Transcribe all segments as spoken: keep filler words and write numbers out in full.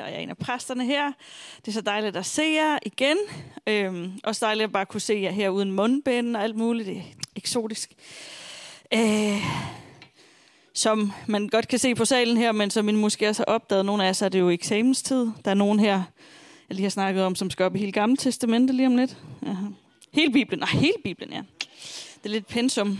og jeg er en af præsterne her. Det er så dejligt at se jer igen. Øhm, også dejligt at bare kunne se jer her uden mundbind og alt muligt. Det er eksotisk. Øh, som man godt kan se på salen her, men som I måske også har opdaget, nogle af jer, så er det jo eksamenstid. Der er nogen her, jeg lige har snakket om, som skal op i hele Gamle Testamentet lige om lidt. Aha. Hele Bibelen. Nej, hele Bibelen, ja. Det er lidt pensum.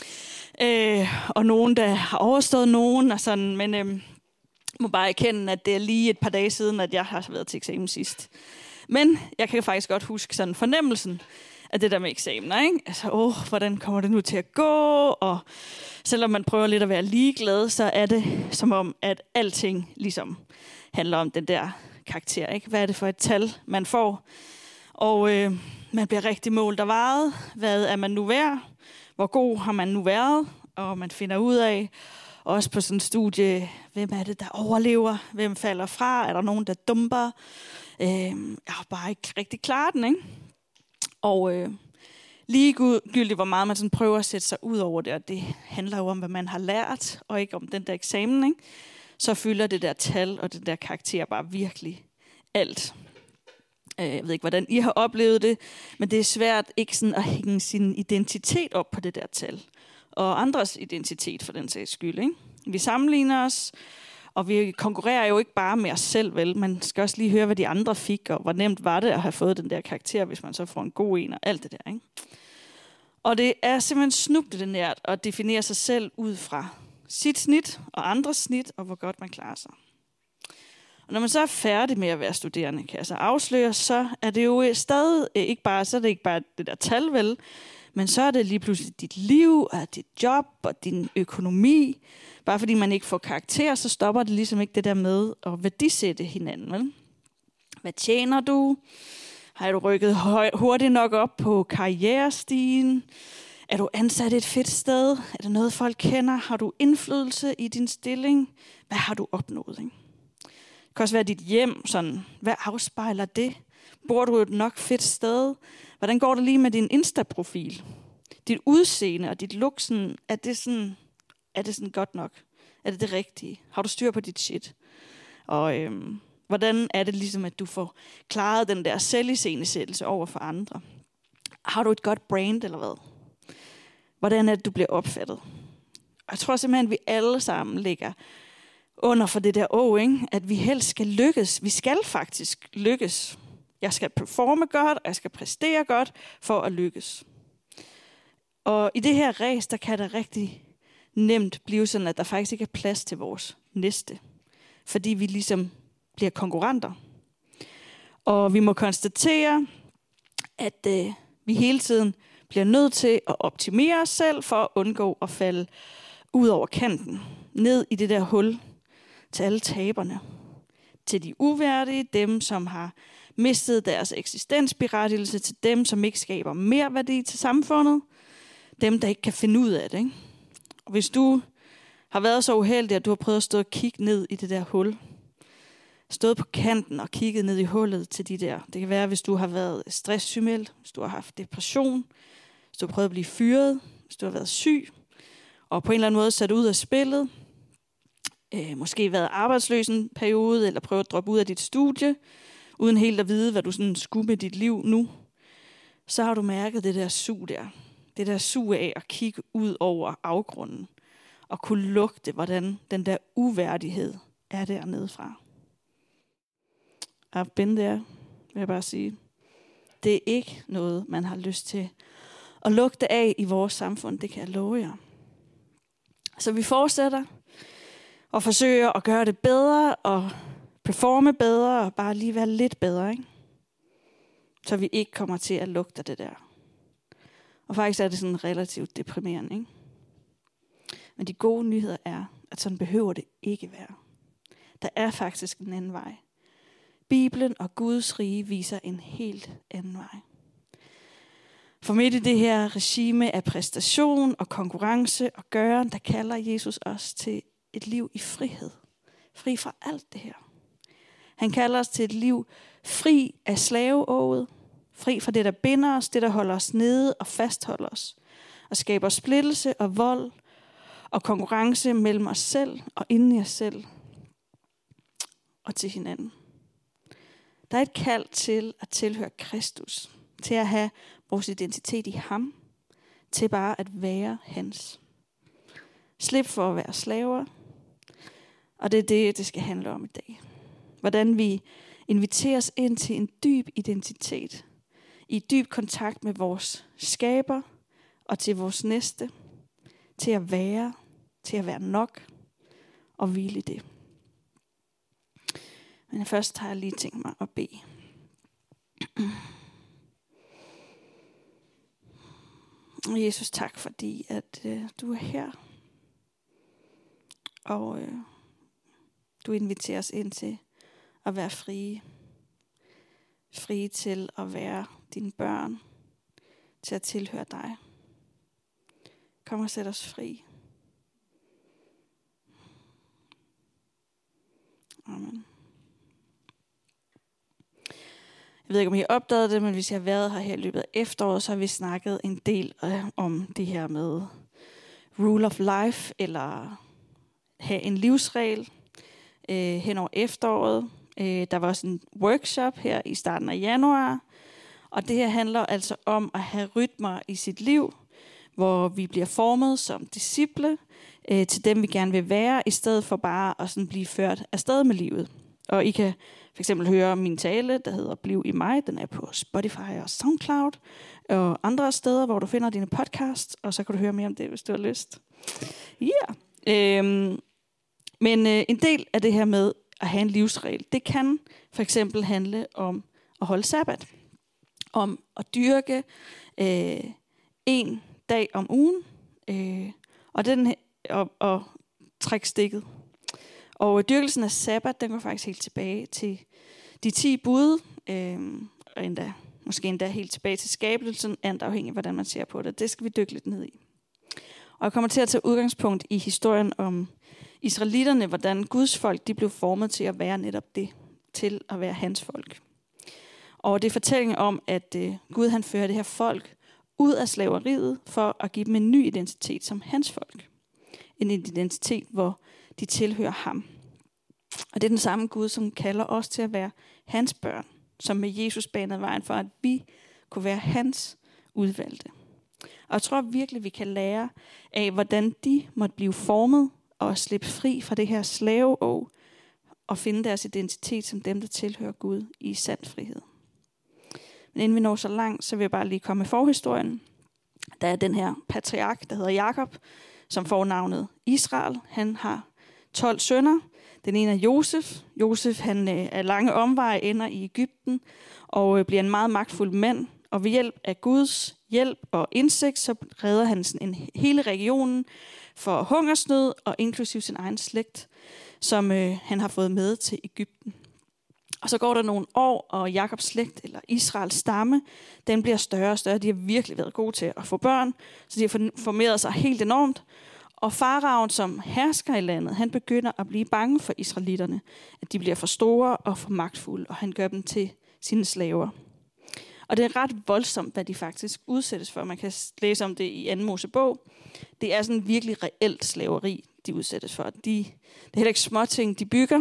Øh, og nogen, der har overstået nogen, og sådan, men øh, må bare erkende, at det er lige et par dage siden, at jeg har været til eksamen sidst. Men jeg kan faktisk godt huske sådan fornemmelsen af det der med eksamener, ikke? Altså, åh, hvordan kommer det nu til at gå? Og selvom man prøver lidt at være ligeglad, så er det som om, at alting ligesom handler om den der karakter, ikke? Hvad er det for et tal, man får? Og øh, man bliver rigtig målt og vejet. Hvad er man nu værd? Hvor god har man nu været? Og man finder ud af, også på sådan en studie, hvem er det, der overlever? Hvem falder fra? Er der nogen, der dumper? Øh, jeg har bare ikke rigtig klaret den, ikke? Og øh, ligegyldigt, hvor meget man sådan prøver at sætte sig ud over det, og det handler jo om, hvad man har lært, og ikke om den der eksamen, ikke? Så fylder det der tal og det der karakter bare virkelig alt. Jeg ved ikke, hvordan I har oplevet det, men det er svært ikke sådan at hænge sin identitet op på det der tal. Og andres identitet for den sags skyld, ikke? Vi sammenligner os, og vi konkurrerer jo ikke bare med os selv, vel? Man skal også lige høre, hvad de andre fik, og hvor nemt var det at have fået den der karakter, hvis man så får en god en og alt det der, ikke? Og det er simpelthen snublet det nært at definere sig selv ud fra sit snit og andres snit, og hvor godt man klarer sig. Og når man så er færdig med at være studerende, kan jeg så afsløre, så er det jo stadig ikke bare, så er det ikke bare det der tal, vel? Men så er det lige pludselig dit liv, og dit job, og din økonomi. Bare fordi man ikke får karakter, så stopper det ligesom ikke det der med at værdisætte hinanden, vel? Hvad tjener du? Har du rykket høj, hurtigt nok op på karrierestigen? Er du ansat et fedt sted? Er det noget, folk kender? Har du indflydelse i din stilling? Hvad har du opnået, ikke? Det kan også være dit hjem, sådan, hvad afspejler det? Bor du et nok fedt sted? Hvordan går det lige med din Insta-profil? Dit udseende og dit look, sådan, er, det sådan, er det sådan godt nok? Er det det rigtige? Har du styr på dit shit? Og øhm, hvordan er det ligesom, at du får klaret den der selviscenesættelse over for andre? Har du et godt brand eller hvad? Hvordan er det, du bliver opfattet? Og jeg tror simpelthen, at vi alle sammen ligger under for det der å, ikke? At vi helst skal lykkes. Vi skal faktisk lykkes. Jeg skal performe godt, og jeg skal præstere godt for at lykkes. Og i det her race, der kan det rigtig nemt blive sådan, at der faktisk ikke er plads til vores næste. Fordi vi ligesom bliver konkurrenter. Og vi må konstatere, at øh, vi hele tiden bliver nødt til at optimere os selv for at undgå at falde ud over kanten. Ned i det der hul til alle taberne. Til de uværdige, dem som har mistet deres eksistensberettigelse, til dem som ikke skaber mere værdi til samfundet. Dem der ikke kan finde ud af det, ikke? Og hvis du har været så uheldig, at du har prøvet at stå og kigge ned i det der hul. Stået på kanten og kigget ned i hullet til de der. Det kan være, hvis du har været stresssygemeldt, hvis du har haft depression, hvis du har prøvet at blive fyret, hvis du har været syg, og på en eller anden måde sat ud af spillet. Øh, måske været arbejdsløs en periode, eller prøvet at droppe ud af dit studie, uden helt at vide, hvad du sådan skulle med dit liv nu. Så har du mærket det der sug der. Det der sug af at kigge ud over afgrunden. Og kunne lugte, hvordan den der uværdighed er dernede fra. I've been there, vil jeg bare sige. Det er ikke noget, man har lyst til at lugte af i vores samfund. Det kan jeg love jer. Så vi fortsætter og forsøger at gøre det bedre og performe bedre og bare lige være lidt bedre, ikke? Så vi ikke kommer til at lugte det der. Og faktisk er det sådan relativt deprimerende, ikke? Men de gode nyheder er, at sådan behøver det ikke være. Der er faktisk en anden vej. Bibelen og Guds rige viser en helt anden vej. For midt i det her regime af præstation og konkurrence og gøren, der kalder Jesus os til et liv i frihed. Fri fra alt det her. Han kalder os til et liv fri af slaveåget. Fri fra det, der binder os, det, der holder os nede og fastholder os. Og skaber splittelse og vold og konkurrence mellem os selv og inden i os selv og til hinanden. Der er et kald til at tilhøre Kristus, til at have vores identitet i ham, til bare at være hans. Slip for at være slaver, og det er det, det skal handle om i dag. Hvordan vi inviteres ind til en dyb identitet, i dyb kontakt med vores skaber og til vores næste, til at være, til at være nok og hvile i det. Men først har jeg lige tænkt mig at bede. Jesus, tak fordi at øh, du er her, og øh, du inviterer os ind til at være frie. Frie til at være dine børn, til at tilhøre dig. Kom og sæt os fri. Amen. Jeg ved ikke, om I har opdaget det, men hvis jeg har været her, her i løbet af efteråret, så har vi snakket en del øh, om det her med rule of life, eller have en livsregel øh, hen over efteråret. Øh, der var også en workshop her i starten af januar, og det her handler altså om at have rytmer i sit liv, hvor vi bliver formet som disciple øh, til dem, vi gerne vil være, i stedet for bare at sådan blive ført afsted med livet. Og I kan for eksempel høre min tale, der hedder Bliv i mig. Den er på Spotify og SoundCloud og andre steder, hvor du finder dine podcasts, og så kan du høre mere om det, hvis du har lyst. Ja. Yeah. Øhm, men øh, en del af det her med at have en livsregel, det kan for eksempel handle om at holde sabbat. Om at dyrke øh, en dag om ugen, øh, og, den, og, og trække stikket. Og dyrkelsen af sabbat, den går faktisk helt tilbage til de ti bud, øh, og endda, måske endda helt tilbage til skabelsen, alt afhængig af, hvordan man ser på det. Det skal vi dykke lidt ned i. Og jeg kommer til at tage udgangspunkt i historien om israelitterne, hvordan Guds folk de blev formet til at være netop det, til at være hans folk. Og det er fortællingen om, at øh, Gud han fører det her folk ud af slaveriet for at give dem en ny identitet som hans folk. En identitet, hvor de tilhører ham. Og det er den samme Gud, som kalder os til at være hans børn, som med Jesus banede vejen for, at vi kunne være hans udvalgte. Og jeg tror virkelig, vi kan lære af, hvordan de måtte blive formet og slippe fri fra det her slaveår og finde deres identitet som dem, der tilhører Gud i sand frihed. Men inden vi når så langt, så vil jeg bare lige komme med forhistorien. Der er den her patriark, der hedder Jakob, som får navnet Israel. Han har tolv sønner. Den ene er Josef. Josef han øh, er lange omveje, ender i Egypten og øh, bliver en meget magtfuld mand. Og ved hjælp af Guds hjælp og indsigt, så redder han sådan en hele regionen for hungersnød og inklusiv sin egen slægt, som øh, han har fået med til Egypten. Og så går der nogle år, og Jakobs slægt, eller Israels stamme, den bliver større og større. De har virkelig været gode til at få børn, så de har formeret sig helt enormt. Og faraoen, som hersker i landet, han begynder at blive bange for israelitterne, at de bliver for store og for magtfulde, og han gør dem til sine slaver. Og det er ret voldsomt, hvad de faktisk udsættes for. Man kan læse om det i anden Mosebog. Det er sådan virkelig reelt slaveri, de udsættes for. De, det er heller ikke småting, de bygger.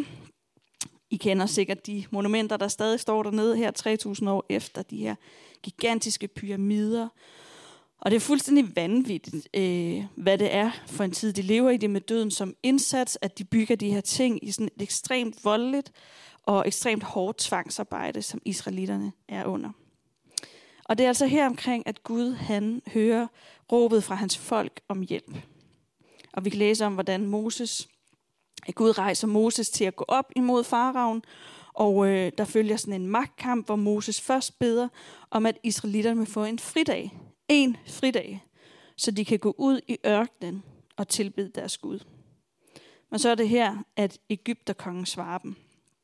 I kender sikkert de monumenter, der stadig står dernede her tre tusind år efter, de her gigantiske pyramider. Og det er fuldstændig vanvittigt, øh, hvad det er for en tid, de lever i det med døden som indsats, at de bygger de her ting i sådan et ekstremt voldeligt og ekstremt hårdt tvangsarbejde, som israelitterne er under. Og det er altså her omkring, at Gud han hører råbet fra hans folk om hjælp. Og vi kan læse om, hvordan Moses, at Gud rejser Moses til at gå op imod faraoen, og øh, der følger sådan en magtkamp, hvor Moses først beder om, at israelitterne vil få en fridag. En fridag, så de kan gå ud i ørkenen og tilbede deres Gud. Men så er det her, at Egypterkongen svarer dem.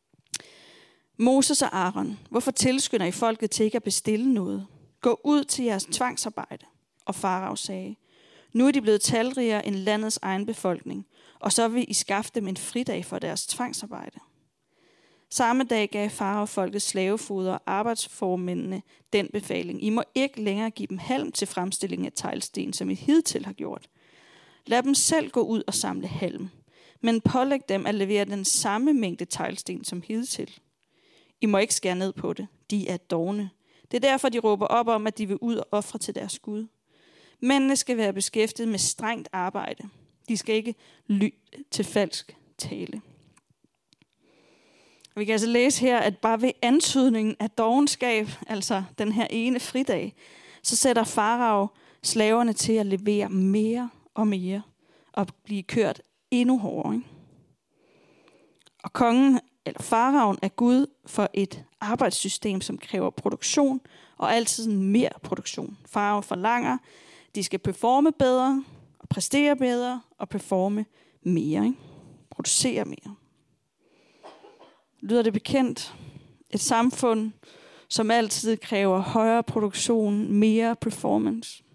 Moses og Aaron, hvorfor tilskynder I folket til ikke at bestille noget? Gå ud til jeres tvangsarbejde. Og farao sagde, nu er de blevet talrigere end landets egen befolkning, og så vil I skaffe dem en fridag for deres tvangsarbejde. Samme dag gav farao folkets slavefoder og arbejdsformændene den befaling. I må ikke længere give dem halm til fremstilling af teglsten, som I hidtil har gjort. Lad dem selv gå ud og samle halm, men pålæg dem at levere den samme mængde teglsten som hidtil. I må ikke skære ned på det. De er dovne. Det er derfor, de råber op om, at de vil ud og ofre til deres Gud. Mændene skal være beskæftiget med strengt arbejde. De skal ikke lytte til falsk tale. Vi kan altså læse her, at bare ved antydningen af dovenskab, altså den her ene fridag, så sætter farao slaverne til at levere mere og mere og blive kørt endnu hårdere. Ikke? Og kongen, eller faraoen, er Gud for et arbejdssystem, som kræver produktion og altid mere produktion. Farao forlanger, de skal performe bedre og præstere bedre og performe mere. Ikke? Producere mere. Lyder det bekendt? Et samfund, som altid kræver højere produktion, mere performance.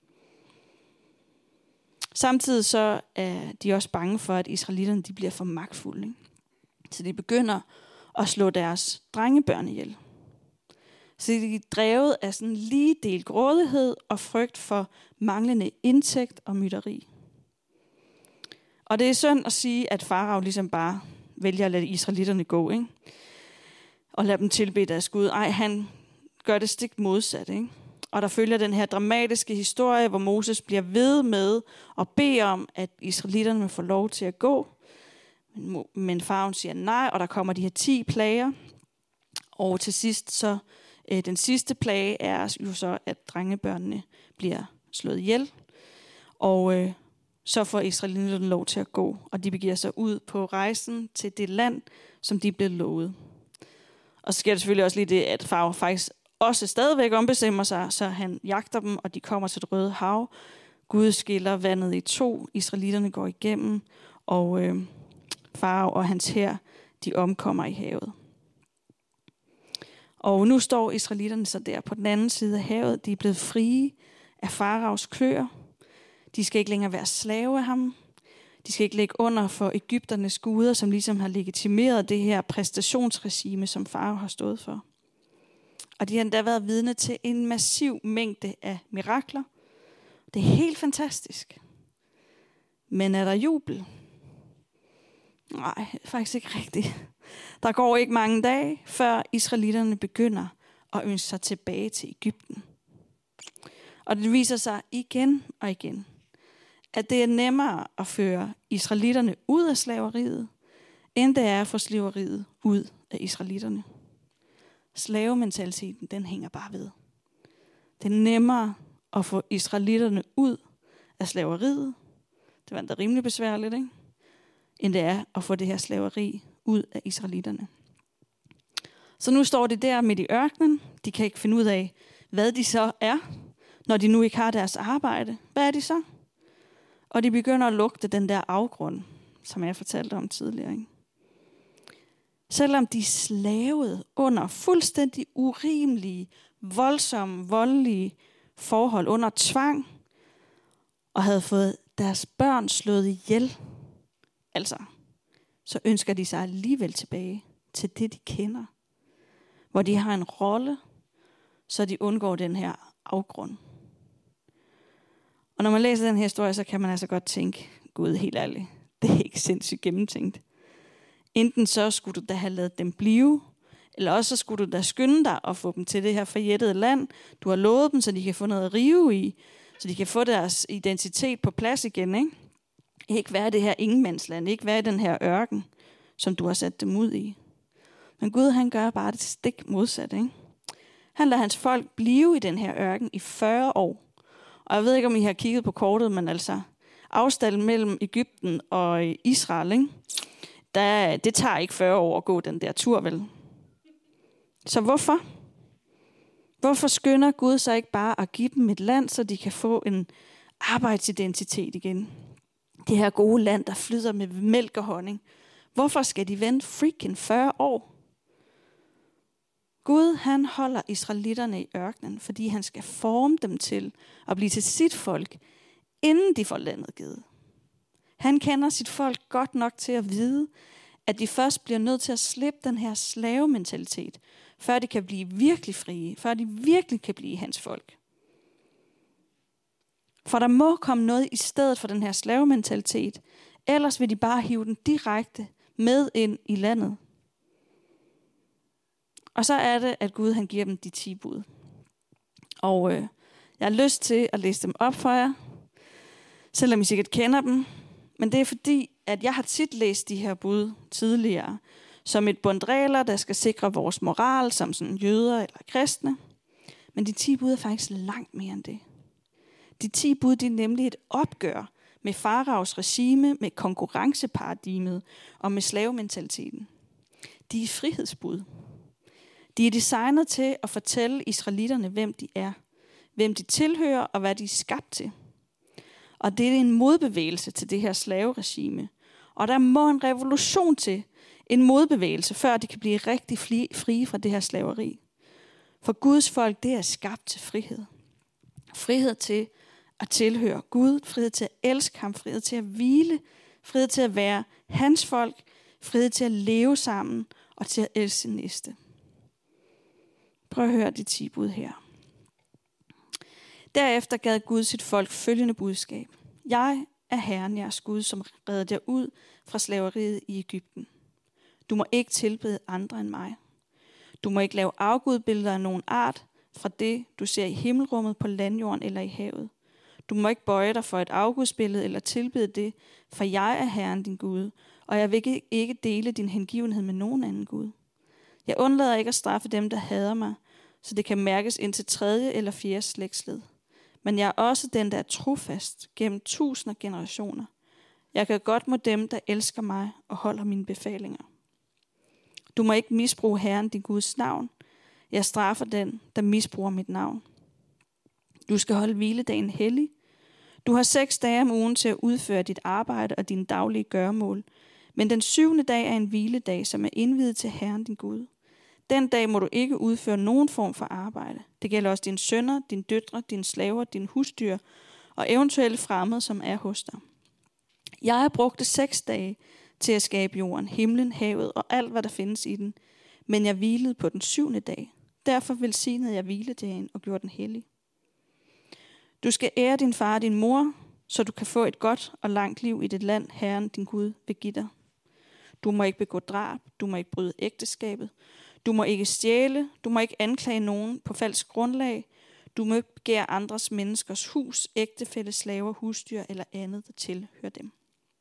Samtidig så er de også bange for, at israelitterne de bliver for magtfulde. Ikke? Så de begynder at slå deres drengebørn ihjel. Så de er drevet af sådan lige del grådighed og frygt for manglende indtægt og mytteri. Og det er synd at sige, at farao ligesom bare vælger at lade israelitterne gå, ikke? Og lade dem tilbede deres Gud. Ej, han gør det stik modsat, ikke? Og der følger den her dramatiske historie, hvor Moses bliver ved med at bede om, at israelitterne vil få lov til at gå. Men, men faraoen siger nej, og der kommer de her ti plager. Og til sidst så, øh, den sidste plage er jo så, at drengebørnene bliver slået ihjel. Og øh, så får israelitterne lov til at gå, og de begiver sig ud på rejsen til det land, som de blev lovet. Og så sker der selvfølgelig også lige det, at farao faktisk også stadigvæk ombestemmer sig, så han jagter dem, og de kommer til det Røde Hav. Gud skiller vandet i to, israelitterne går igennem, og øh, farao og hans hær, de omkommer i havet. Og nu står israelitterne så der på den anden side af havet. De er blevet frie af faraos kløer. De skal ikke længere være slave af ham. De skal ikke ligge under for egypternes guder, som ligesom har legitimeret det her præstationsregime, som farao har stået for. Og de har endda været vidne til en massiv mængde af mirakler. Det er helt fantastisk. Men er der jubel? Nej, faktisk ikke rigtigt. Der går ikke mange dage, før israelitterne begynder at ønske sig tilbage til Egypten. Og det viser sig igen og igen, at det er nemmere at føre israelitterne ud af slaveriet, end det er at få slaveriet ud af israelitterne. Slavementaliteten, den hænger bare ved. Det er nemmere at få israelitterne ud af slaveriet. Det var endda rimelig besværligt, ikke? End det er at få det her slaveri ud af israelitterne. Så nu står de der midt i ørkenen. De kan ikke finde ud af, hvad de så er, når de nu ikke har deres arbejde. Hvad er de så? Og de begynder at lugte den der afgrund, som jeg fortalte om tidligere. Ikke? Selvom de slavede under fuldstændig urimelige, voldsomme, voldelige forhold, under tvang, og havde fået deres børn slået ihjel, altså, så ønsker de sig alligevel tilbage til det, de kender. Hvor de har en rolle, så de undgår den her afgrund. Og når man læser den her historie, så kan man altså godt tænke, Gud, helt ærligt, det er ikke sindssygt gennemtænkt. Enten så skulle du da have ladet dem blive, eller også så skulle du da skynde dig at få dem til det her forjættede land. Du har lovet dem, så de kan få noget at rive i, så de kan få deres identitet på plads igen. Ikke, ikke være det her ingenmandsland, ikke være den her ørken, som du har sat dem ud i. Men Gud, han gør bare det stik modsatte. Ikke? Han lader hans folk blive i den her ørken i fyrre år. Og jeg ved ikke, om I har kigget på kortet, men altså afstanden mellem Egypten og Israel, ikke? Der, det tager ikke fyrre år at gå den der tur, vel? Så hvorfor? Hvorfor skynder Gud så ikke bare at give dem et land, så de kan få en arbejdsidentitet igen? Det her gode land, der flyder med mælk og honning. Hvorfor skal de vente freaking fyrre år? Gud, han holder israelitterne i ørkenen, fordi han skal forme dem til at blive til sit folk, inden de får landet givet. Han kender sit folk godt nok til at vide, at de først bliver nødt til at slippe den her slavementalitet, før de kan blive virkelig frie, før de virkelig kan blive hans folk. For der må komme noget i stedet for den her slavementalitet, ellers vil de bare hive den direkte med ind i landet. Og så er det, at Gud han giver dem de ti bud. Og øh, jeg har lyst til at læse dem op for jer, selvom I sikkert kender dem. Men det er fordi, at jeg har tit læst de her bud tidligere, som et bundt regler, der skal sikre vores moral, som sådan jøder eller kristne. Men de ti bud er faktisk langt mere end det. De ti bud, de er nemlig et opgør med faraos regime, med konkurrenceparadigmet og med slavementaliteten. De er frihedsbud. De er designet til at fortælle israelitterne, hvem de er, hvem de tilhører og hvad de er skabt til. Og det er en modbevægelse til det her slaveregime. Og der må en revolution til, en modbevægelse, før de kan blive rigtig frie fra det her slaveri. For Guds folk, det er skabt til frihed. Frihed til at tilhøre Gud, frihed til at elske ham, frihed til at hvile, frihed til at være hans folk, frihed til at leve sammen og til at elske sin næste. Prøv at høre de ti bud her. Derefter gav Gud sit folk følgende budskab. Jeg er Herren, jeres Gud, som reddede jer ud fra slaveriet i Egypten. Du må ikke tilbede andre end mig. Du må ikke lave afgudbilleder af nogen art fra det, du ser i himmelrummet, på landjorden eller i havet. Du må ikke bøje dig for et afgudsbillede eller tilbede det, for jeg er Herren din Gud, og jeg vil ikke dele din hengivenhed med nogen anden Gud. Jeg undlader ikke at straffe dem, der hader mig, så det kan mærkes ind til tredje eller fjerde slægtsled. Men jeg er også den, der er trofast gennem tusinder generationer. Jeg gør godt mod dem, der elsker mig og holder mine befalinger. Du må ikke misbruge Herren din Guds navn. Jeg straffer den, der misbruger mit navn. Du skal holde hviledagen hellig. Du har seks dage om ugen til at udføre dit arbejde og dine daglige gøremål. Men den syvende dag er en hviledag, som er indviet til Herren din Gud. Den dag må du ikke udføre nogen form for arbejde. Det gælder også dine sønner, dine døtre, dine slaver, dine husdyr og eventuelle fremmede, som er hos dig. Jeg har brugt det seks dage til at skabe jorden, himlen, havet og alt, hvad der findes i den. Men jeg hvilede på den syvende dag. Derfor velsignede jeg hviledagen og gjorde den hellig. Du skal ære din far og din mor, så du kan få et godt og langt liv i det land, Herren din Gud vil give dig. Du må ikke begå drab, du må ikke bryde ægteskabet, du må ikke stjæle, du må ikke anklage nogen på falsk grundlag, du må ikke begære andres menneskers hus, ægtefælle, slaver, husdyr eller andet, der tilhører dem.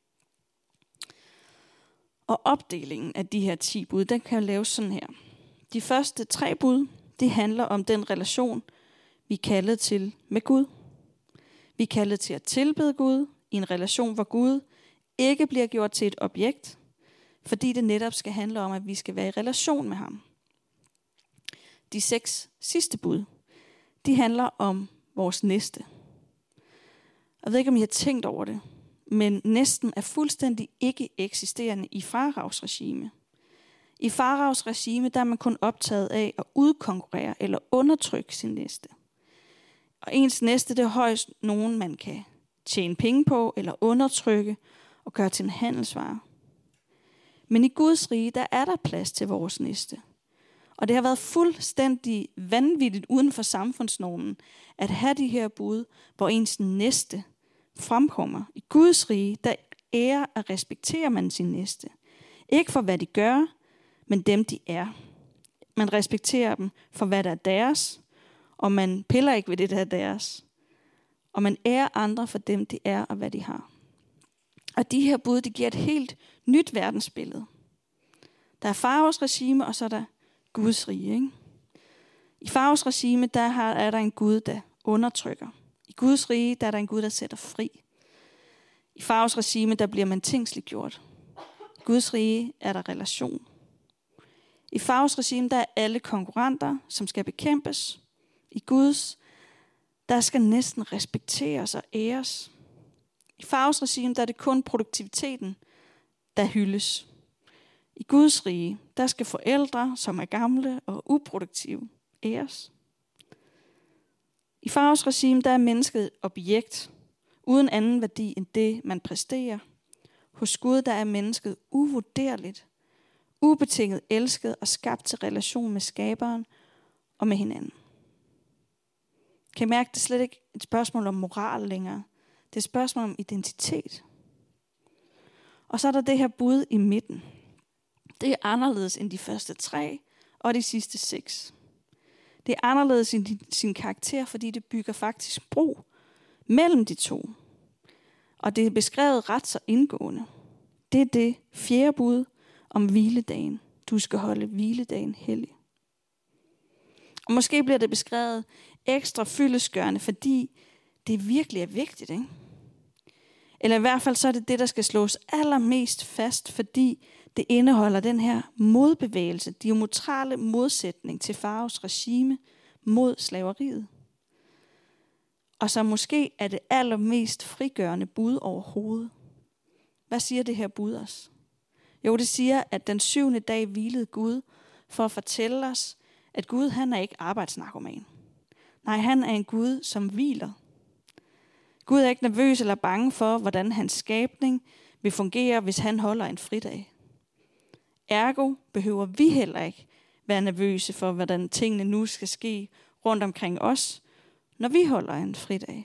Og opdelingen af de her ti bud, den kan jo laves sådan her. De første tre bud, det handler om den relation, vi er kaldet til med Gud. Vi er kaldet til at tilbede Gud i en relation, hvor Gud ikke bliver gjort til et objekt, fordi det netop skal handle om, at vi skal være i relation med ham. De seks sidste bud, de handler om vores næste. Jeg ved ikke, om I har tænkt over det, men næsten er fuldstændig ikke eksisterende i faraos regime. I faraos regime, der er man kun optaget af at udkonkurrere eller undertrykke sin næste. Og ens næste, det er højst nogen, man kan tjene penge på eller undertrykke og gøre til en handelsvare. Men i Guds rige, der er der plads til vores næste. Og det har været fuldstændig vanvittigt uden for samfundsnormen at have de her bud, hvor ens næste fremkommer. I Guds rige, der ærer og respekterer man sin næste. Ikke for hvad de gør, men dem de er. Man respekterer dem for hvad der er deres, og man piller ikke ved det, der er deres. Og man ærer andre for dem, de er og hvad de har. Og de her bud, de giver et helt nyt verdensbillede. Der er faraos regime, og så er der Guds rige. Ikke? I faraos regime, der er der en Gud, der undertrykker. I Guds rige, der er der en Gud, der sætter fri. I faraos regime, der bliver man tingsliggjort. I Guds rige er der relation. I faraos regime, der er alle konkurrenter, som skal bekæmpes. I Guds, der skal næsten respekteres og æres. I faraos regime, der er det kun produktiviteten, der hyldes. I Guds rige, der skal forældre, som er gamle og uproduktive, æres. I faraos regime, der er mennesket et objekt, uden anden værdi end det, man præsterer. Hos Gud, der er mennesket uvurderligt, ubetinget elsket og skabt til relation med skaberen og med hinanden. Kan I mærke, det er slet ikke et spørgsmål om moral længere. Det er et spørgsmål om identitet. Og så er der det her bud i midten. Det er anderledes end de første tre, og de sidste seks. Det er anderledes i sin karakter, fordi det bygger faktisk bro mellem de to. Og det er beskrevet ret så indgående. Det er det fjerde bud om hviledagen. Du skal holde hviledagen hellig. Og måske bliver det beskrevet ekstra fyldestgørende, fordi det virkelig er vigtigt, ikke? Eller i hvert fald så er det det, der skal slås allermest fast, fordi det indeholder den her modbevægelse, diametrale modsætning til faraos regime mod slaveriet. Og så måske er det allermest frigørende bud overhovedet. Hvad siger det her bud os? Jo, det siger, at den syvende dag hvilede Gud for at fortælle os, at Gud han er ikke arbejdsnarkoman. Nej, han er en Gud, som hviler. Gud er ikke nervøs eller bange for, hvordan hans skabning vil fungere, hvis han holder en fridag. Ergo behøver vi heller ikke være nervøse for, hvordan tingene nu skal ske rundt omkring os, når vi holder en fridag.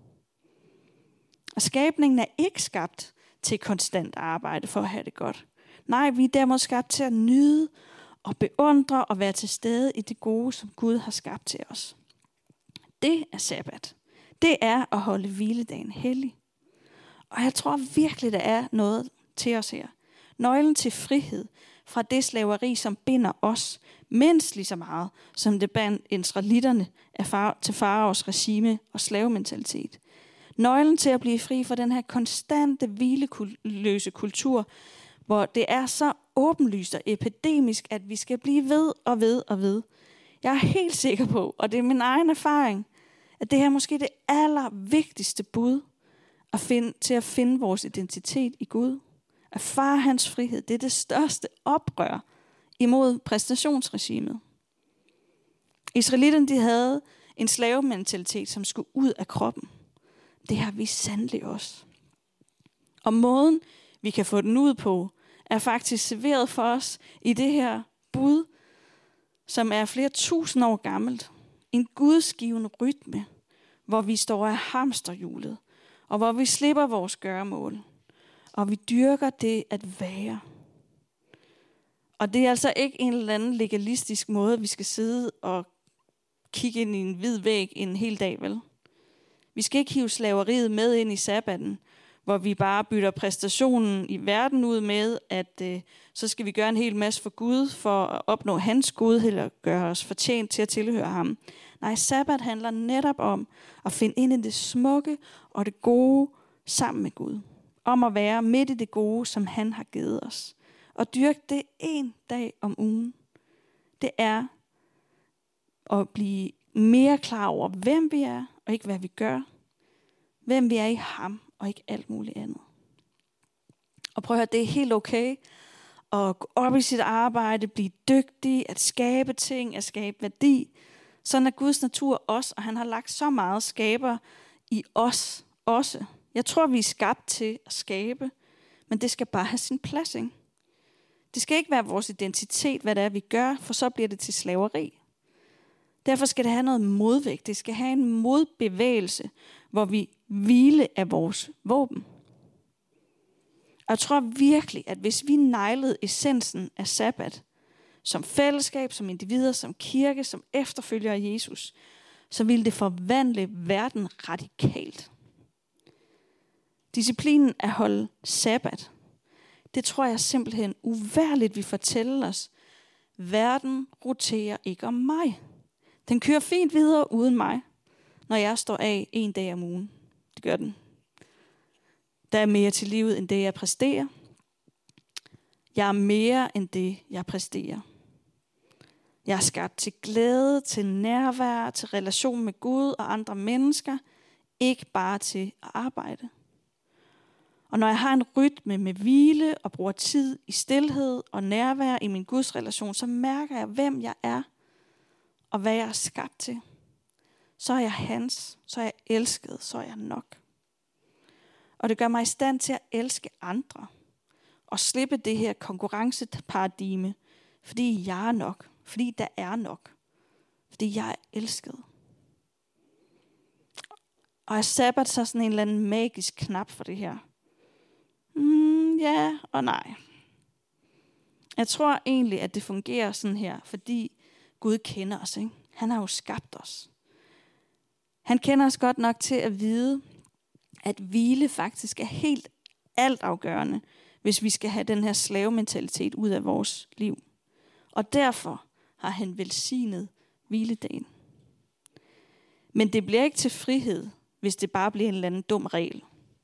Og skabningen er ikke skabt til konstant arbejde for at have det godt. Nej, vi er derimod skabt til at nyde og beundre og være til stede i det gode, som Gud har skabt til os. Det er sabbat. Det er at holde hviledagen hellig. Og jeg tror virkelig, der er noget til os her. Nøglen til frihed fra det slaveri, som binder os mindst lige så meget, som det bandt israelitterne til faraos regime og slavementalitet. Nøglen til at blive fri fra den her konstante hvileløse kultur, hvor det er så åbenlyst og epidemisk, at vi skal blive ved og ved og ved. Jeg er helt sikker på, og det er min egen erfaring, at det her måske er det allervigtigste bud at finde, til at finde vores identitet i Gud. At erfare hans frihed, det er det største oprør imod præstationsregimet. Israelitterne, de havde en slavementalitet, som skulle ud af kroppen. Det har vi sandelig også. Og måden, vi kan få den ud på, er faktisk serveret for os i det her bud, som er flere tusind år gammelt. En gudsgiven rytme, hvor vi står af hamsterhjulet, og hvor vi slipper vores gøremål, og vi dyrker det at være. Og det er altså ikke en eller anden legalistisk måde, vi skal sidde og kigge ind i en hvid væg en hel dag, vel? Vi skal ikke hive slaveriet med ind i sabbaten, hvor vi bare bytter præstationen i verden ud med, at øh, så skal vi gøre en hel masse for Gud, for at opnå hans godhed, eller gøre os fortjent til at tilhøre ham. Nej, sabbat handler netop om at finde ind i det smukke og det gode sammen med Gud. Om at være midt i det gode, som han har givet os. Og dyrke det en dag om ugen. Det er at blive mere klar over, hvem vi er, og ikke hvad vi gør. Hvem vi er i ham, og ikke alt muligt andet. Og prøv at høre, det er helt okay at gå op i sit arbejde, blive dygtig, at skabe ting, at skabe værdi. Sådan er Guds natur også, og han har lagt så meget skaber i os også. Jeg tror, vi er skabt til at skabe, men det skal bare have sin plads, ikke? Det skal ikke være vores identitet, hvad det er, vi gør, for så bliver det til slaveri. Derfor skal det have noget modvægt. Det skal have en modbevægelse, hvor vi hvile af vores våben. Og jeg tror virkelig, at hvis vi nejlede essensen af sabbat, som fællesskab, som individer, som kirke, som efterfølger af Jesus, så ville det forvandle verden radikalt. Disciplinen at holde sabbat, det tror jeg simpelthen uværligt vil fortælle os. Verden roterer ikke om mig. Den kører fint videre uden mig, når jeg står af en dag om ugen. Det gør den. Der er mere til livet, end det jeg præsterer. Jeg er mere end det, jeg præsterer. Jeg er skabt til glæde, til nærvær, til relation med Gud og andre mennesker. Ikke bare til at arbejde. Og når jeg har en rytme med hvile og bruger tid i stilhed og nærvær i min Guds relation, så mærker jeg, hvem jeg er og hvad jeg er skabt til. Så er jeg hans, så er jeg elsket, så er jeg nok. Og det gør mig i stand til at elske andre og slippe det her konkurrenceparadigme, fordi jeg er nok, fordi der er nok, fordi jeg er elsket. Og er sabbat så sådan en eller anden magisk knap for det her? Mm, ja og nej. Jeg tror egentlig, at det fungerer sådan her, fordi Gud kender os. Ikke? Han har jo skabt os. Han kender os godt nok til at vide, at hvile faktisk er helt altafgørende, hvis vi skal have den her slavementalitet ud af vores liv. Og derfor har han velsignet hviledagen. Men det bliver ikke til frihed, hvis det bare bliver en eller anden dum regel.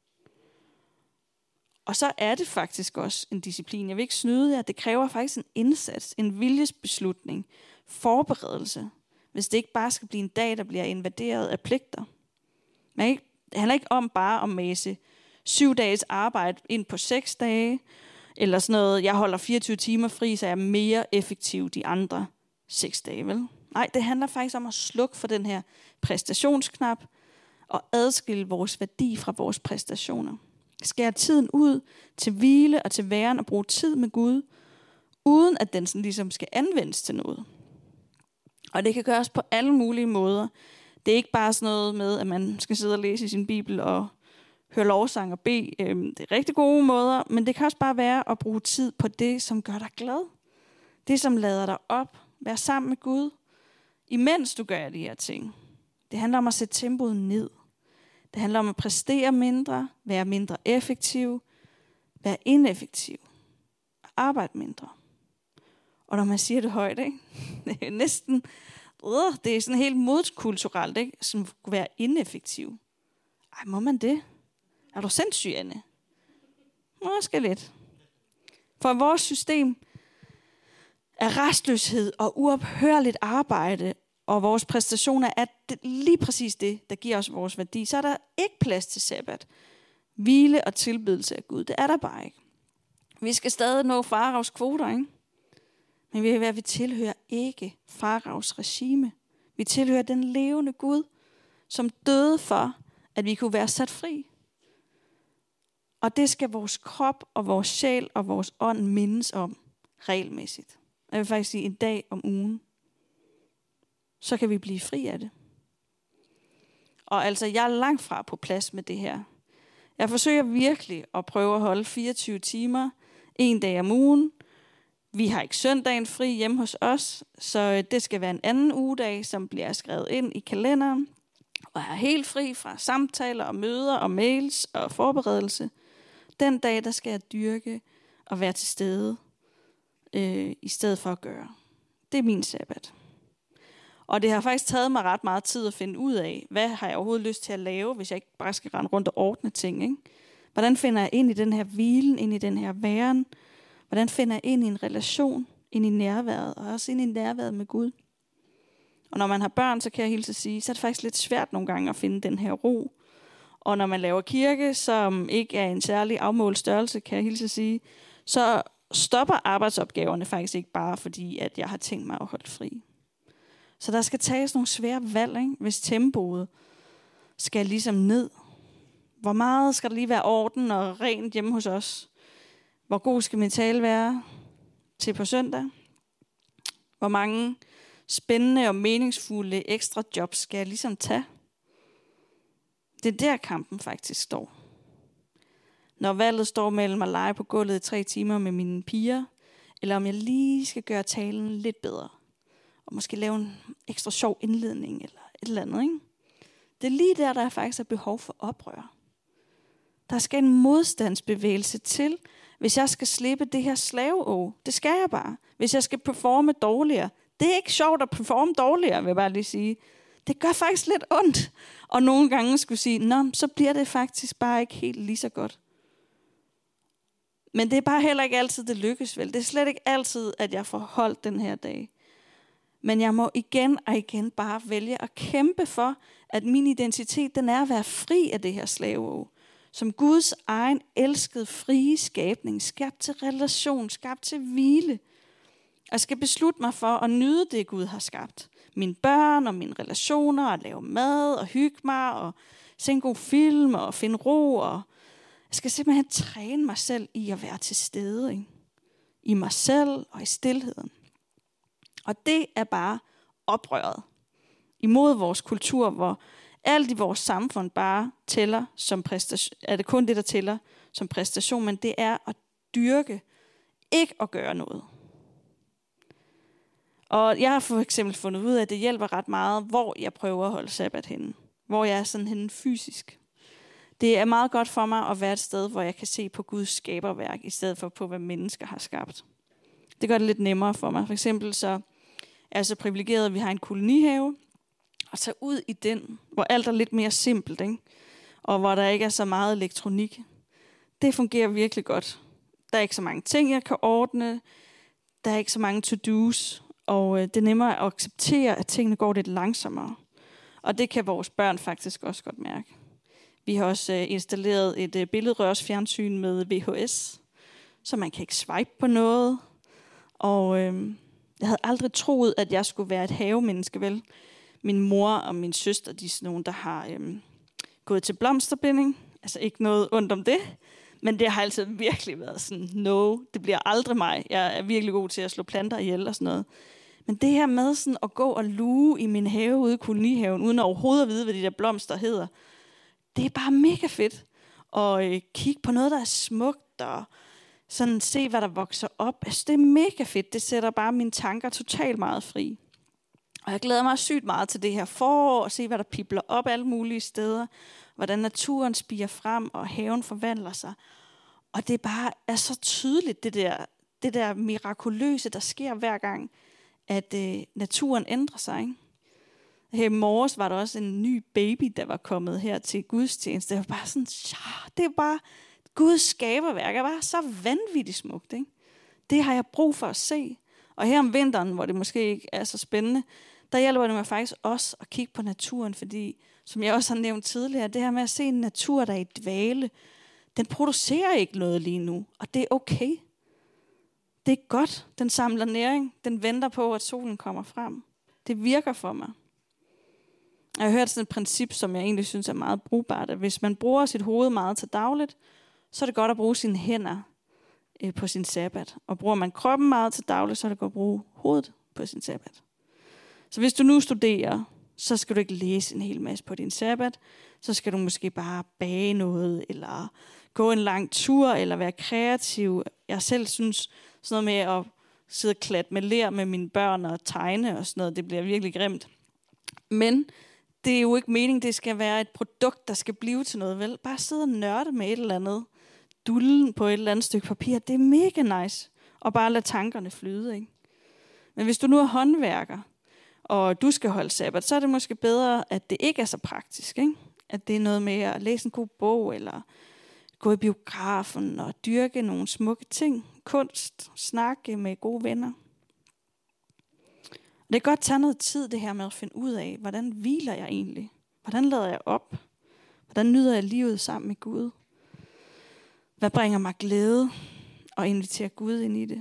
Og så er det faktisk også en disciplin. Jeg vil ikke snyde jer. Det kræver faktisk en indsats, en viljesbeslutning, forberedelse, hvis det ikke bare skal blive en dag, der bliver invaderet af pligter. Men ikke, det handler ikke om bare at mase syv dages arbejde ind på seks dage, eller sådan noget, jeg holder fireogtyve timer fri, så jeg er mere effektiv de andre seks dage, vel? Nej, det handler faktisk om at slukke for den her præstationsknap, og adskille vores værdi fra vores præstationer. Skære tiden ud til hvile og til væren og bruge tid med Gud, uden at den sådan ligesom skal anvendes til noget. Og det kan gøres på alle mulige måder. Det er ikke bare sådan noget med, at man skal sidde og læse i sin bibel og høre lovsang og bede. Det er rigtig gode måder, men det kan også bare være at bruge tid på det, som gør dig glad. Det, som lader dig op. Vær sammen med Gud, imens du gør de her ting. Det handler om at sætte tempoet ned. Det handler om at præstere mindre, være mindre effektiv, være ineffektiv, arbejde mindre. Og når man siger det højt, ikke? Det er næsten, øh, det er sådan helt modkulturelt, ikke? Som kunne være ineffektiv. Ej, må man det? Er du sindssyg, Anne? Måske lidt. For vores system er restløshed og uophørligt arbejde, og vores præstationer er lige præcis det, der giver os vores værdi, så er der ikke plads til sabbat, hvile og tilbedelse af Gud. Det er der bare ikke. Vi skal stadig nå faraos kvoter, ikke? Men vi, vi tilhører ikke faraos regime. Vi tilhører den levende Gud, som døde for, at vi kunne være sat fri. Og det skal vores krop og vores sjæl og vores ånd mindes om regelmæssigt. Jeg vil faktisk sige en dag om ugen. Så kan vi blive fri af det. Og altså, jeg er langt fra på plads med det her. Jeg forsøger virkelig at prøve at holde fireogtyve timer, en dag om ugen. Vi har ikke søndagen fri hjemme hos os, så det skal være en anden ugedag, som bliver skrevet ind i kalenderen. Og jeg er helt fri fra samtaler og møder og mails og forberedelse. Den dag, der skal jeg dyrke og være til stede, øh, i stedet for at gøre. Det er min sabbat. Og det har faktisk taget mig ret meget tid at finde ud af, hvad har jeg overhovedet lyst til at lave, hvis jeg ikke bare skal rende rundt og ordne ting, ikke? Hvordan finder jeg ind i den her hvilen, ind i den her væren? Hvordan finder jeg ind i en relation, ind i nærværet, og også ind i nærværet med Gud? Og når man har børn, så kan jeg hilse at sige, så er det faktisk lidt svært nogle gange at finde den her ro. Og når man laver kirke, som ikke er en særlig afmålt størrelse, kan jeg hilse at sige, så stopper arbejdsopgaverne faktisk ikke bare, fordi at jeg har tænkt mig at holde fri. Så der skal tages nogle svære valg, ikke? Hvis tempoet skal ligesom ned. Hvor meget skal der lige være orden og rent hjemme hos os? Hvor god skal min tale være til på søndag? Hvor mange spændende og meningsfulde ekstra jobs skal jeg ligesom tage? Det er der kampen faktisk står. Når valget står mellem at lege på gulvet i tre timer med mine piger, eller om jeg lige skal gøre talen lidt bedre, og måske lave en ekstra sjov indledning eller et eller andet, ikke? Det er lige der, der faktisk er behov for oprør. Der skal en modstandsbevægelse til, hvis jeg skal slippe det her slaveåg. Det skal jeg bare. Hvis jeg skal performe dårligere. Det er ikke sjovt at performe dårligere, vil jeg bare lige sige. Det gør faktisk lidt ondt. Og nogle gange skulle sige, nå, så bliver det faktisk bare ikke helt lige så godt. Men det er bare heller ikke altid, det lykkes vel. Det er slet ikke altid, at jeg får holdt den her dag. Men jeg må igen og igen bare vælge at kæmpe for, at min identitet, den er at være fri af det her slaveåg. Som Guds egen elskede frie skabning, skabt til relation, skabt til hvile. Jeg skal beslutte mig for at nyde det, Gud har skabt. Mine børn og mine relationer, at lave mad og hygge mig, og se en god film og finde ro. Og jeg skal simpelthen træne mig selv i at være til stede, ikke? I mig selv og i stilheden. Og det er bare oprøret imod vores kultur, hvor alt i vores samfund bare tæller som præstation. Er det kun det, der tæller som præstation, men det er at dyrke, ikke at gøre noget. Og jeg har for eksempel fundet ud af, at det hjælper ret meget, hvor jeg prøver at holde sabbat henne. Hvor jeg er sådan henne fysisk. Det er meget godt for mig at være et sted, hvor jeg kan se på Guds skaberværk, i stedet for på, hvad mennesker har skabt. Det gør det lidt nemmere for mig. For eksempel så er jeg så privilegeret, at vi har en kolonihave, og så ud i den, hvor alt er lidt mere simpelt, ikke? Og hvor der ikke er så meget elektronik. Det fungerer virkelig godt. Der er ikke så mange ting, jeg kan ordne. Der er ikke så mange to-dos. Og det er nemmere at acceptere, at tingene går lidt langsommere. Og det kan vores børn faktisk også godt mærke. Vi har også installeret et billedrørsfjernsyn med V H S, så man kan ikke swipe på noget. Og øh, jeg havde aldrig troet, at jeg skulle være et havemenneske, vel? Min mor og min søster, de er sådan nogle, der har øh, gået til blomsterbinding. Altså ikke noget ondt om det, men det har altid virkelig været sådan, no, det bliver aldrig mig. Jeg er virkelig god til at slå planter ihjel og sådan noget. Men det her med sådan at gå og luge i min have ude i kolonihaven, uden overhovedet at vide, hvad de der blomster hedder, det er bare mega fedt. Og øh, kigge på noget, der er smukt, og sådan se, hvad der vokser op. Altså, det er mega fedt. Det sætter bare mine tanker totalt meget fri. Og jeg glæder mig sygt meget til det her forår, og se, hvad der pibler op alle mulige steder. Hvordan naturen spiger frem, og haven forvandler sig. Og det bare er så tydeligt, det der, det der mirakuløse, der sker hver gang, at øh, naturen ændrer sig, ikke? Her i morges var der også en ny baby, der var kommet her til gudstjeneste. Det var bare sådan, ja, det er bare Guds skaberværk. Det var så vanvittigt smukt, ikke? Det har jeg brug for at se. Og her om vinteren, hvor det måske ikke er så spændende, der hjælper det mig faktisk også at kigge på naturen, fordi, som jeg også har nævnt tidligere, det her med at se en natur, der er i dvale, den producerer ikke noget lige nu, og det er okay. Det er godt. Den samler næring. Den venter på, at solen kommer frem. Det virker for mig. Jeg har hørt sådan et princip, som jeg egentlig synes er meget brugbart, at hvis man bruger sit hoved meget til dagligt, så er det godt at bruge sine hænder øh, på sin sabbat. Og bruger man kroppen meget til dagligt, så er det godt at bruge hovedet på sin sabbat. Så hvis du nu studerer, så skal du ikke læse en hel masse på din sabbat. Så skal du måske bare bage noget, eller gå en lang tur, eller være kreativ. Jeg selv synes, sådan noget med at sidde og klatte med ler med mine børn og tegne og sådan noget, det bliver virkelig grimt. Men det er jo ikke meningen, det skal være et produkt, der skal blive til noget, vel? Bare sidde og nørde med et eller andet, dullen på et eller andet stykke papir, det er mega nice. Og bare lade tankerne flyde, ikke? Men hvis du nu er håndværker, og du skal holde sabbat, så er det måske bedre, at det ikke er så praktisk, ikke? At det er noget med at læse en god bog, eller gå i biografen og dyrke nogle smukke ting, kunst, snakke med gode venner. Det kan godt tage noget tid, det her med at finde ud af, hvordan hviler jeg egentlig? Hvordan lader jeg op? Hvordan nyder jeg livet sammen med Gud? Hvad bringer mig glæde? Og inviterer Gud ind i det.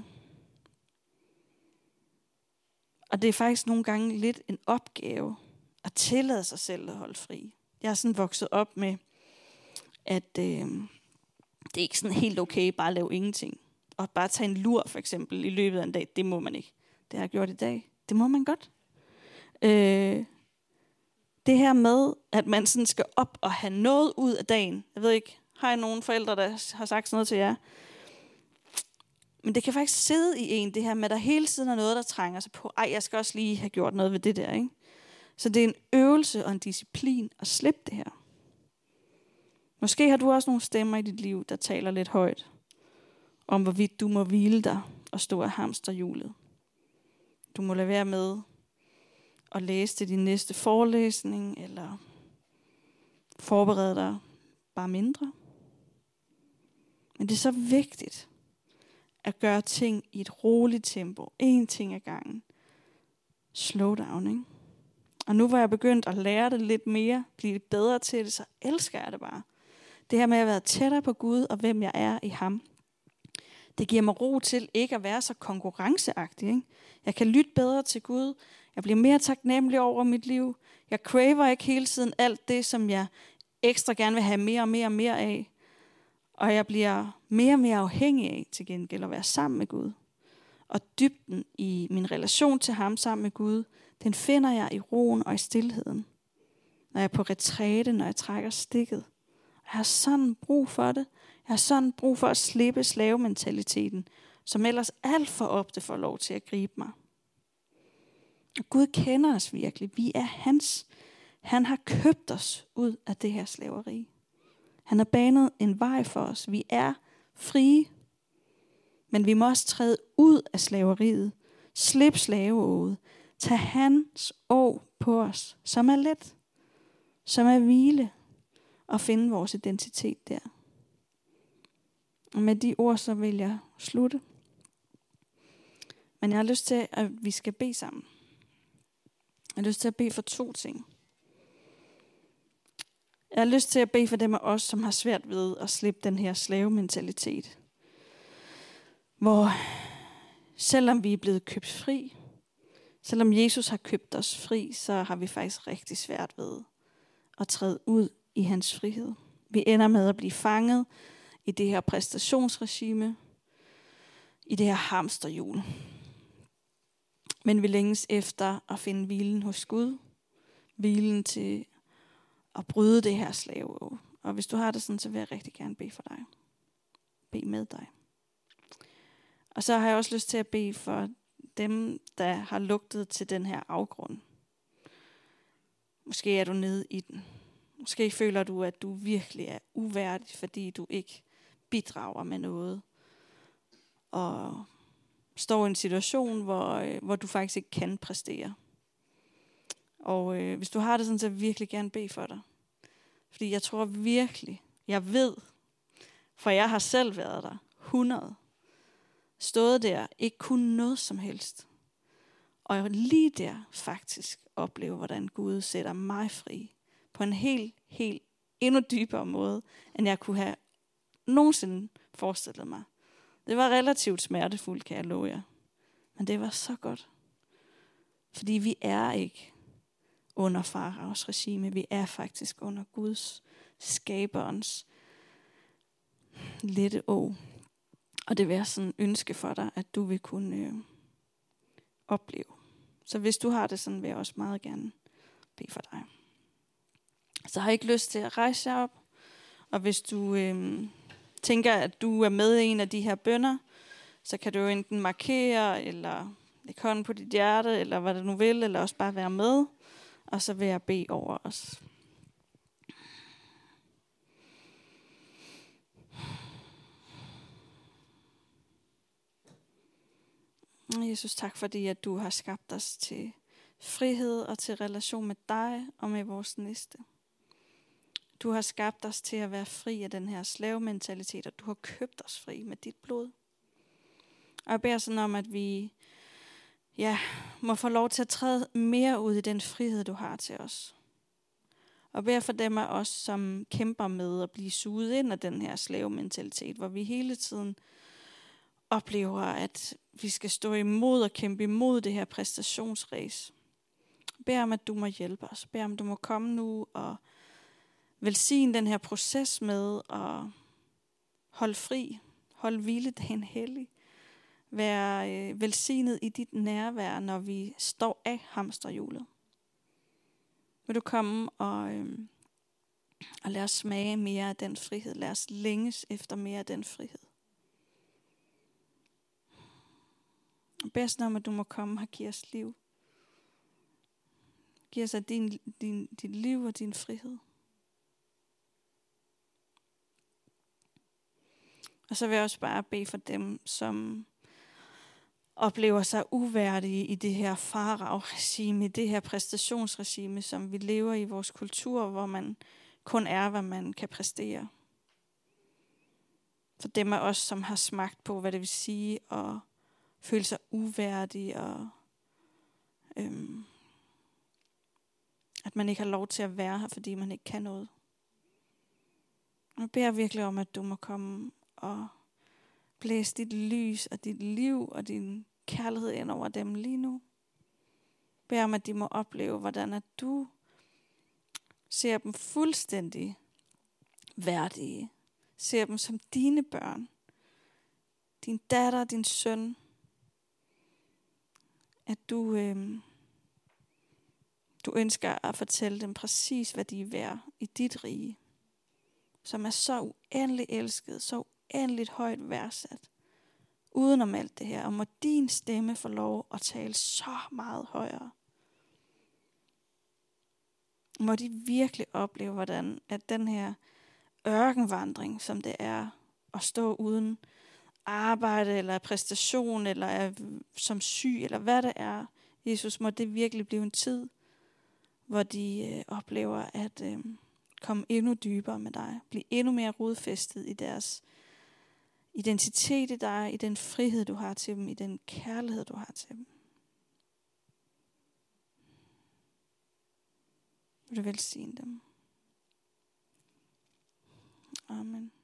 Og det er faktisk nogle gange lidt en opgave at tillade sig selv at holde fri. Jeg er sådan vokset op med, at øh, det er ikke sådan helt okay bare at lave ingenting. Og bare tage en lur for eksempel i løbet af en dag, det må man ikke. Det har jeg gjort i dag. Det må man godt. Øh, det her med, at man sådan skal op og have noget ud af dagen. Jeg ved ikke, har I nogle forældre, der har sagt sådan noget til jer? Men det kan faktisk sidde i en, det her med, at der hele tiden er noget, der trænger sig på. Ej, jeg skal også lige have gjort noget ved det der, ikke? Så det er en øvelse og en disciplin at slippe det her. Måske har du også nogle stemmer i dit liv, der taler lidt højt om, hvorvidt du må hvile dig og stå af hamsterhjulet. Du må lade være med at læse til din næste forelæsning, eller forberede dig bare mindre. Men det er så vigtigt at gøre ting i et roligt tempo. En ting ad gangen. Slow down, ikke? Og nu hvor jeg begyndt at lære det lidt mere, blive lidt bedre til det, så elsker jeg det bare. Det her med at være tættere på Gud og hvem jeg er i ham. Det giver mig ro til ikke at være så konkurrenceagtig, ikke? Jeg kan lytte bedre til Gud. Jeg bliver mere taknemmelig over mit liv. Jeg craver ikke hele tiden alt det, som jeg ekstra gerne vil have mere og mere og mere af. Og jeg bliver mere og mere afhængig af til gengæld at være sammen med Gud. Og dybden i min relation til ham sammen med Gud, den finder jeg i roen og i stilheden. Når jeg er på retræte, når jeg trækker stikket. Jeg har sådan brug for det. Jeg har sådan brug for at slippe slavementaliteten, som ellers alt for ofte får lov til at gribe mig. Gud kender os virkelig. Vi er hans. Han har købt os ud af det her slaveri. Han har banet en vej for os. Vi er frie. Men vi må også træde ud af slaveriet. Slip slaveåget. Tag hans å på os, som er let. Som er hvile. Og finde vores identitet der. Og med de ord, så vil jeg slutte. Men jeg har lyst til, at vi skal bede sammen. Jeg har lyst til at bede for to ting. Jeg har lyst til at bede for dem af os, som har svært ved at slippe den her slavementalitet. Hvor selvom vi er blevet købt fri, selvom Jesus har købt os fri, så har vi faktisk rigtig svært ved at træde ud i hans frihed. Vi ender med at blive fanget i det her præstationsregime, i det her hamsterhjul. Men vi længes efter at finde hvilen hos Gud, hvilen til at bryde det her slaveåg. Og hvis du har det sådan, så vil jeg rigtig gerne bede for dig. Bede med dig. Og så har jeg også lyst til at bede for dem, der har lugtet til den her afgrund. Måske er du nede i den. Måske føler du, at du virkelig er uværdig, fordi du ikke bidrager med noget. Og står i en situation, hvor, øh, hvor du faktisk ikke kan præstere. Og øh, hvis du har det sådan, så vil jeg virkelig gerne bede for dig. Fordi jeg tror virkelig, jeg ved, for jeg har selv været der, hundrede, stået der, ikke kunne noget som helst. Og lige der faktisk opleve, hvordan Gud sætter mig fri. På en helt, helt endnu dybere måde, end jeg kunne have nogensinde forestillet mig. Det var relativt smertefuldt, kan jeg love jer. Men det var så godt. Fordi vi er ikke under faraos regime. Vi er faktisk under Guds, skaberens lette å. Og det vil jeg sådan ønske for dig, at du vil kunne øh, opleve. Så hvis du har det sådan, vil jeg også meget gerne bede for dig. Så har jeg ikke lyst til at rejse jer op. Og hvis du øh, tænker, at du er med i en af de her bønner, så kan du jo enten markere, eller lægge hånden på dit hjerte, eller hvad du nu vil, eller også bare være med. Og så vil jeg bede over os. Jesus, tak fordi, at du har skabt os til frihed og til relation med dig og med vores næste. Du har skabt os til at være fri af den her slavementalitet, og du har købt os fri med dit blod. Og jeg beder sådan om, at vi ja, må få lov til at træde mere ud i den frihed, du har til os. Og beder for dem af os, som kæmper med at blive suget ind af den her slavementalitet, hvor vi hele tiden oplever, at vi skal stå imod og kæmpe imod det her præstationsræs. Bær om, at du må hjælpe os. Bær om, du må komme nu og velsigne den her proces med at holde fri. Holde hviledagen hellig. Vær øh, velsignet i dit nærvær, når vi står af hamsterhjulet. Vil du komme og, øh, og lade os smage mere af den frihed. Lad os længes efter mere af den frihed. Bedst om, at du må komme og give os liv. Giv os af din, din, dit liv og din frihed. Og så vil jeg også bare bede for dem, som oplever sig uværdige i det her farao-regime, i det her præstationsregime, som vi lever i vores kultur, hvor man kun er, hvad man kan præstere. For dem af os, som har smagt på, hvad det vil sige at føle sig uværdig, og øhm, at man ikke har lov til at være her, fordi man ikke kan noget. Og jeg beder virkelig om, at du må komme og blæse dit lys og dit liv og din kærlighed ind over dem lige nu. Jeg beder om, at de må opleve, hvordan at du ser dem fuldstændig værdige. Ser dem som dine børn. Din datter, din søn. At du, øh, du ønsker at fortælle dem præcis, hvad de er værd i dit rige. Som er så uendelig elsket, så uendeligt højt værdsat. Udenom alt det her. Og må din stemme få lov at tale så meget højere. Må de virkelig opleve, hvordan at den her ørkenvandring, som det er at stå uden arbejde eller præstation, eller er som syg, eller hvad det er, Jesus, må det virkelig blive en tid, hvor de øh, oplever at øh, komme endnu dybere med dig, blive endnu mere rodfæstet i deres identitet i dig, i den frihed, du har til dem, i den kærlighed, du har til dem. Vil du velsigne dem? Amen.